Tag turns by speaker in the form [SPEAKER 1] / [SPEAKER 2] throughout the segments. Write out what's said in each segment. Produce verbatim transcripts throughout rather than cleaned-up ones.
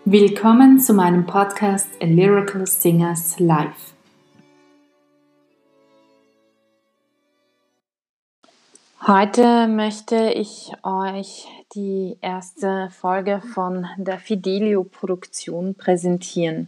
[SPEAKER 1] Willkommen zu meinem Podcast A Lyrical Singers Live. Heute möchte ich euch die erste Folge von der Fidelio-Produktion präsentieren.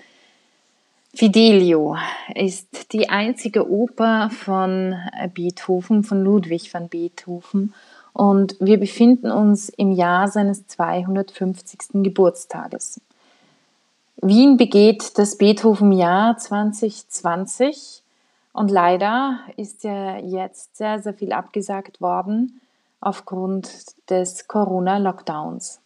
[SPEAKER 1] Fidelio ist die einzige Oper von Beethoven, von Ludwig van Beethoven, und wir befinden uns im Jahr seines zweihundertfünfzigsten Geburtstages. Wien begeht das Beethoven-Jahr zwanzig zwanzig und leider ist ja jetzt sehr, sehr viel abgesagt worden aufgrund des Corona-Lockdowns.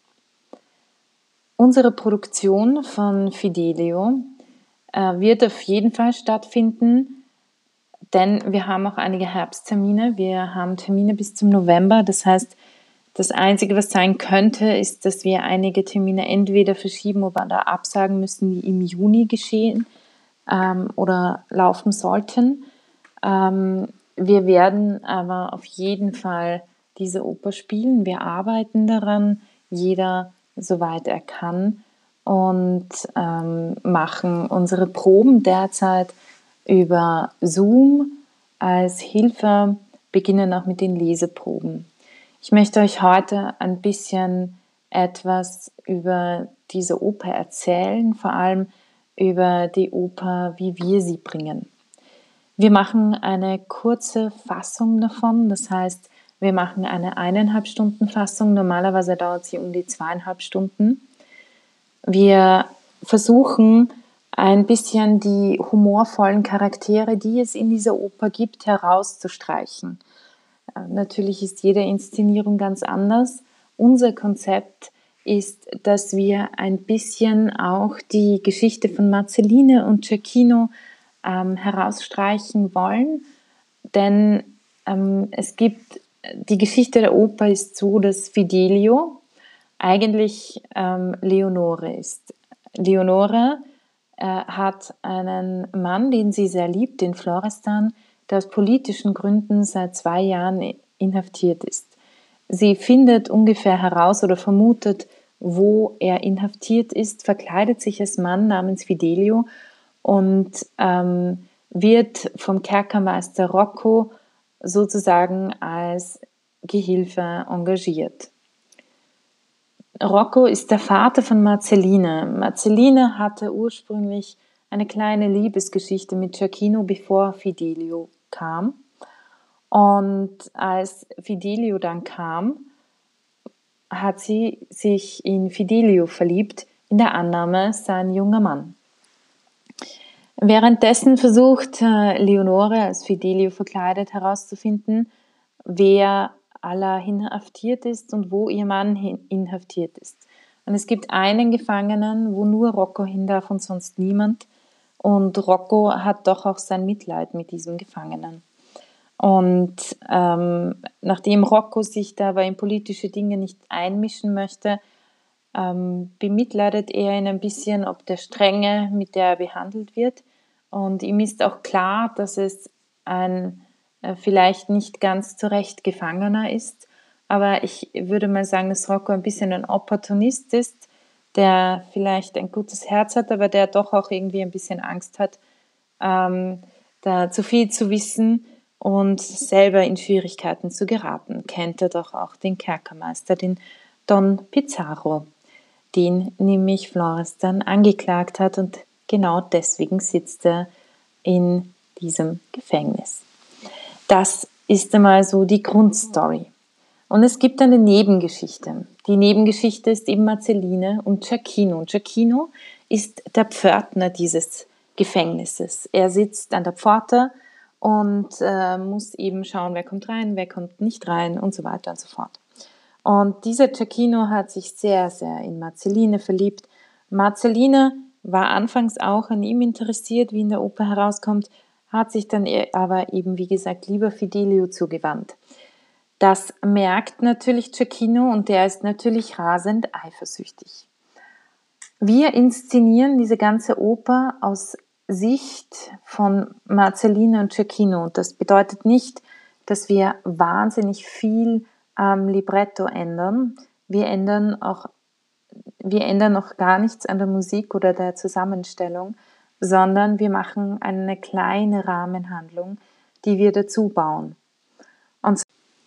[SPEAKER 1] Unsere Produktion von Fidelio äh, wird auf jeden Fall stattfinden, denn wir haben auch einige Herbsttermine. Wir haben Termine bis zum November. Das heißt, das Einzige, was sein könnte, ist, dass wir einige Termine entweder verschieben oder absagen müssen, die im Juni geschehen ähm, oder laufen sollten. Ähm, wir werden aber auf jeden Fall diese Oper spielen. Wir arbeiten daran, jeder soweit er kann, und ähm, machen unsere Proben derzeit über Zoom als Hilfe, beginnen auch mit den Leseproben. Ich möchte euch heute ein bisschen etwas über diese Oper erzählen, vor allem über die Oper, wie wir sie bringen. Wir machen eine kurze Fassung davon, das heißt, wir machen eine eineinhalb Stunden Fassung, normalerweise dauert sie um die zweieinhalb Stunden. Wir versuchen ein bisschen die humorvollen Charaktere, die es in dieser Oper gibt, herauszustreichen. Natürlich ist jede Inszenierung ganz anders. Unser Konzept ist, dass wir ein bisschen auch die Geschichte von Marceline und Cecchino ähm, herausstreichen wollen, denn ähm, es gibt, die Geschichte der Oper ist so, dass Fidelio eigentlich ähm, Leonore ist. Leonore äh, hat einen Mann, den sie sehr liebt, den Florestan, der aus politischen Gründen seit zwei Jahren inhaftiert ist. Sie findet ungefähr heraus oder vermutet, wo er inhaftiert ist, verkleidet sich als Mann namens Fidelio und ähm, wird vom Kerkermeister Rocco sozusagen als Gehilfe engagiert. Rocco ist der Vater von Marceline. Marceline hatte ursprünglich eine kleine Liebesgeschichte mit Cecchino, bevor Fidelio kam. Und als Fidelio dann kam, hat sie sich in Fidelio verliebt, in der Annahme, sein junger Mann. Währenddessen versucht Leonore, als Fidelio verkleidet, herauszufinden, wer aller inhaftiert ist und wo ihr Mann inhaftiert ist. Und es gibt einen Gefangenen, wo nur Rocco hin darf und sonst niemand. Und Rocco hat doch auch sein Mitleid mit diesem Gefangenen. Und ähm, nachdem Rocco sich dabei in politische Dinge nicht einmischen möchte, ähm, bemitleidet er ihn ein bisschen ob der Strenge, mit der er behandelt wird. Und ihm ist auch klar, dass es ein äh, vielleicht nicht ganz zurecht Gefangener ist. Aber ich würde mal sagen, dass Rocco ein bisschen ein Opportunist ist, der vielleicht ein gutes Herz hat, aber der doch auch irgendwie ein bisschen Angst hat, ähm, da zu viel zu wissen und selber in Schwierigkeiten zu geraten. Kennt er doch auch den Kerkermeister, den Don Pizarro, den nämlich Florestan angeklagt hat, und genau deswegen sitzt er in diesem Gefängnis. Das ist einmal so die Grundstory. Und es gibt eine Nebengeschichte. Die Nebengeschichte ist eben Marceline und Cecchino. Cecchino ist der Pförtner dieses Gefängnisses. Er sitzt an der Pforte und äh, muss eben schauen, wer kommt rein, wer kommt nicht rein und so weiter und so fort. Und dieser Cecchino hat sich sehr, sehr in Marceline verliebt. Marceline war anfangs auch an ihm interessiert, wie in der Oper herauskommt, hat sich dann aber eben, wie gesagt, lieber Fidelio zugewandt. Das merkt natürlich Cecchino und der ist natürlich rasend eifersüchtig. Wir inszenieren diese ganze Oper aus Sicht von Marceline und Cecchino. Das bedeutet nicht, dass wir wahnsinnig viel am Libretto ändern. Wir ändern auch wir ändern noch gar nichts an der Musik oder der Zusammenstellung, sondern wir machen eine kleine Rahmenhandlung, die wir dazu bauen. Und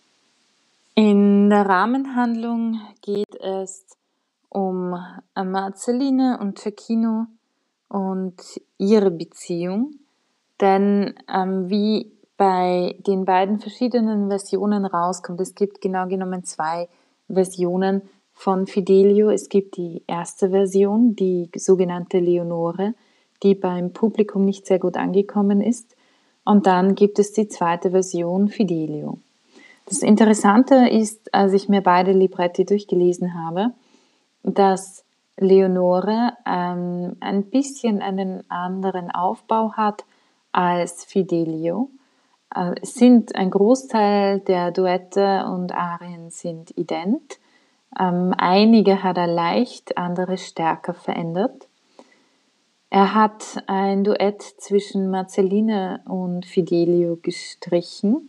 [SPEAKER 1] in der Rahmenhandlung geht es um Marceline und Giacchino und ihre Beziehung. Denn ähm, wie bei den beiden verschiedenen Versionen rauskommt, es gibt genau genommen zwei Versionen von Fidelio. Es gibt die erste Version, die sogenannte Leonore, die beim Publikum nicht sehr gut angekommen ist. Und dann gibt es die zweite Version, Fidelio. Das Interessante ist, als ich mir beide Libretti durchgelesen habe, dass Leonore ähm, ein bisschen einen anderen Aufbau hat als Fidelio. Äh, es sind ein Großteil der Duette und Arien sind ident. Ähm, einige hat er leicht, andere stärker verändert. Er hat ein Duett zwischen Marceline und Fidelio gestrichen.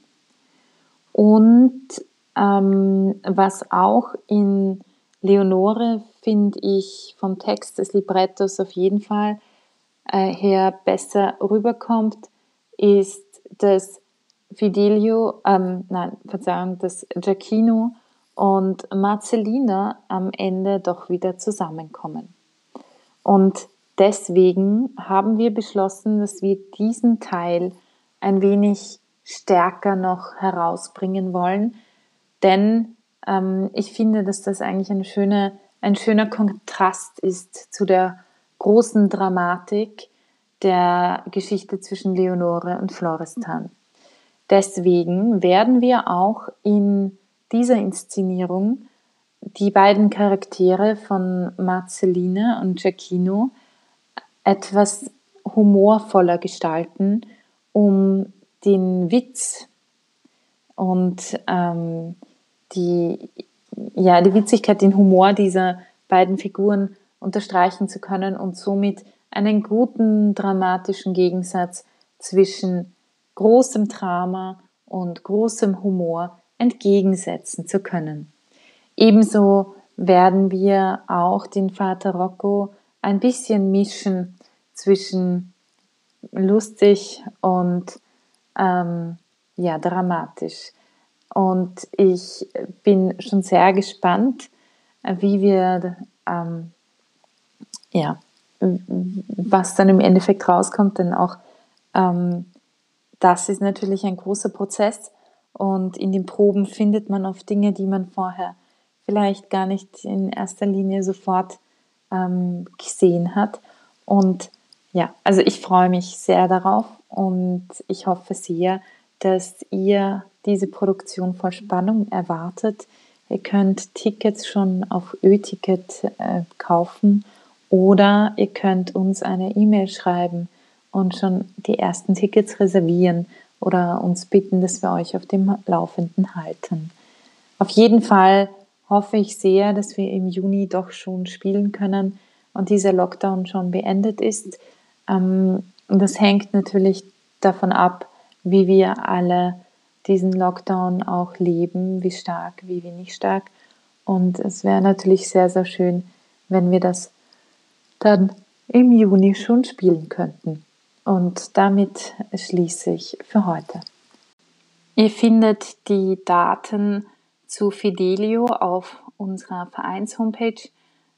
[SPEAKER 1] Und ähm, was auch in Leonore, finde ich, vom Text des Librettos auf jeden Fall äh, her besser rüberkommt, ist, dass Fidelio, ähm, nein, Verzeihung, dass Giacchino und Marcellina am Ende doch wieder zusammenkommen. Und deswegen haben wir beschlossen, dass wir diesen Teil ein wenig stärker noch herausbringen wollen, denn ähm, ich finde, dass das eigentlich eine schöne, ein schöner Kontrast ist zu der großen Dramatik der Geschichte zwischen Leonore und Florestan. Deswegen werden wir auch in dieser Inszenierung die beiden Charaktere von Marceline und Giacchino etwas humorvoller gestalten, um den Witz und ähm, die, ja, die Witzigkeit, den Humor dieser beiden Figuren unterstreichen zu können und somit einen guten dramatischen Gegensatz zwischen großem Drama und großem Humor entgegensetzen zu können. Ebenso werden wir auch den Vater Rocco ein bisschen mischen zwischen lustig und ähm, ja, dramatisch. Und ich bin schon sehr gespannt, wie wir, ähm, ja, was dann im Endeffekt rauskommt, denn auch ähm, das ist natürlich ein großer Prozess und in den Proben findet man oft Dinge, die man vorher vielleicht gar nicht in erster Linie sofort ähm, gesehen hat. Und ja, also ich freue mich sehr darauf und ich hoffe sehr, dass ihr diese Produktion voll Spannung erwartet. Ihr könnt Tickets schon auf Ö-Ticket äh, kaufen oder ihr könnt uns eine E-Mail schreiben und schon die ersten Tickets reservieren oder uns bitten, dass wir euch auf dem Laufenden halten. Auf jeden Fall hoffe ich sehr, dass wir im Juni doch schon spielen können und dieser Lockdown schon beendet ist. Und das hängt natürlich davon ab, wie wir alle diesen Lockdown auch leben, wie stark, wie wenig stark. Und es wäre natürlich sehr, sehr schön, wenn wir das dann im Juni schon spielen könnten. Und damit schließe ich für heute. Ihr findet die Daten zu Fidelio auf unserer Vereins-Homepage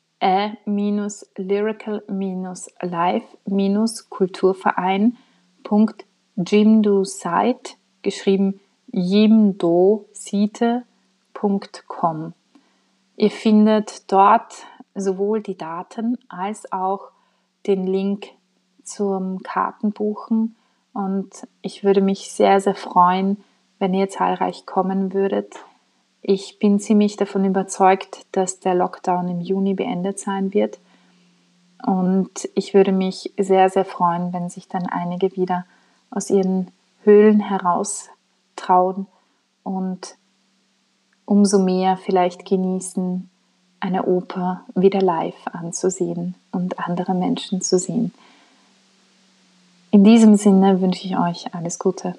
[SPEAKER 1] ä-lyrical-live-kulturverein punkt jimdosite, geschrieben jimdosite punkt com. Ihr findet dort sowohl die Daten als auch den Link zum Kartenbuchen und ich würde mich sehr, sehr freuen, wenn ihr zahlreich kommen würdet. Ich bin ziemlich davon überzeugt, dass der Lockdown im Juni beendet sein wird und ich würde mich sehr, sehr freuen, wenn sich dann einige wieder aus ihren Höhlen heraus trauen und umso mehr vielleicht genießen, eine Oper wieder live anzusehen und andere Menschen zu sehen. In diesem Sinne wünsche ich euch alles Gute.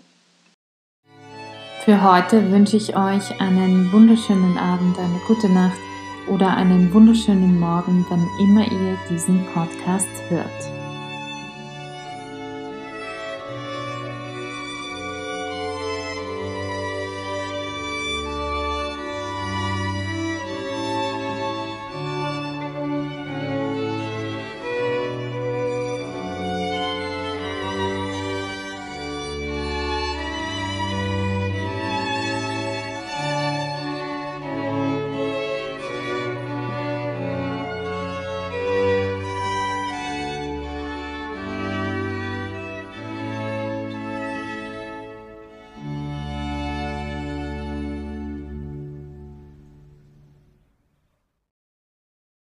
[SPEAKER 1] Für heute wünsche ich euch einen wunderschönen Abend, eine gute Nacht oder einen wunderschönen Morgen, wann immer ihr diesen Podcast hört.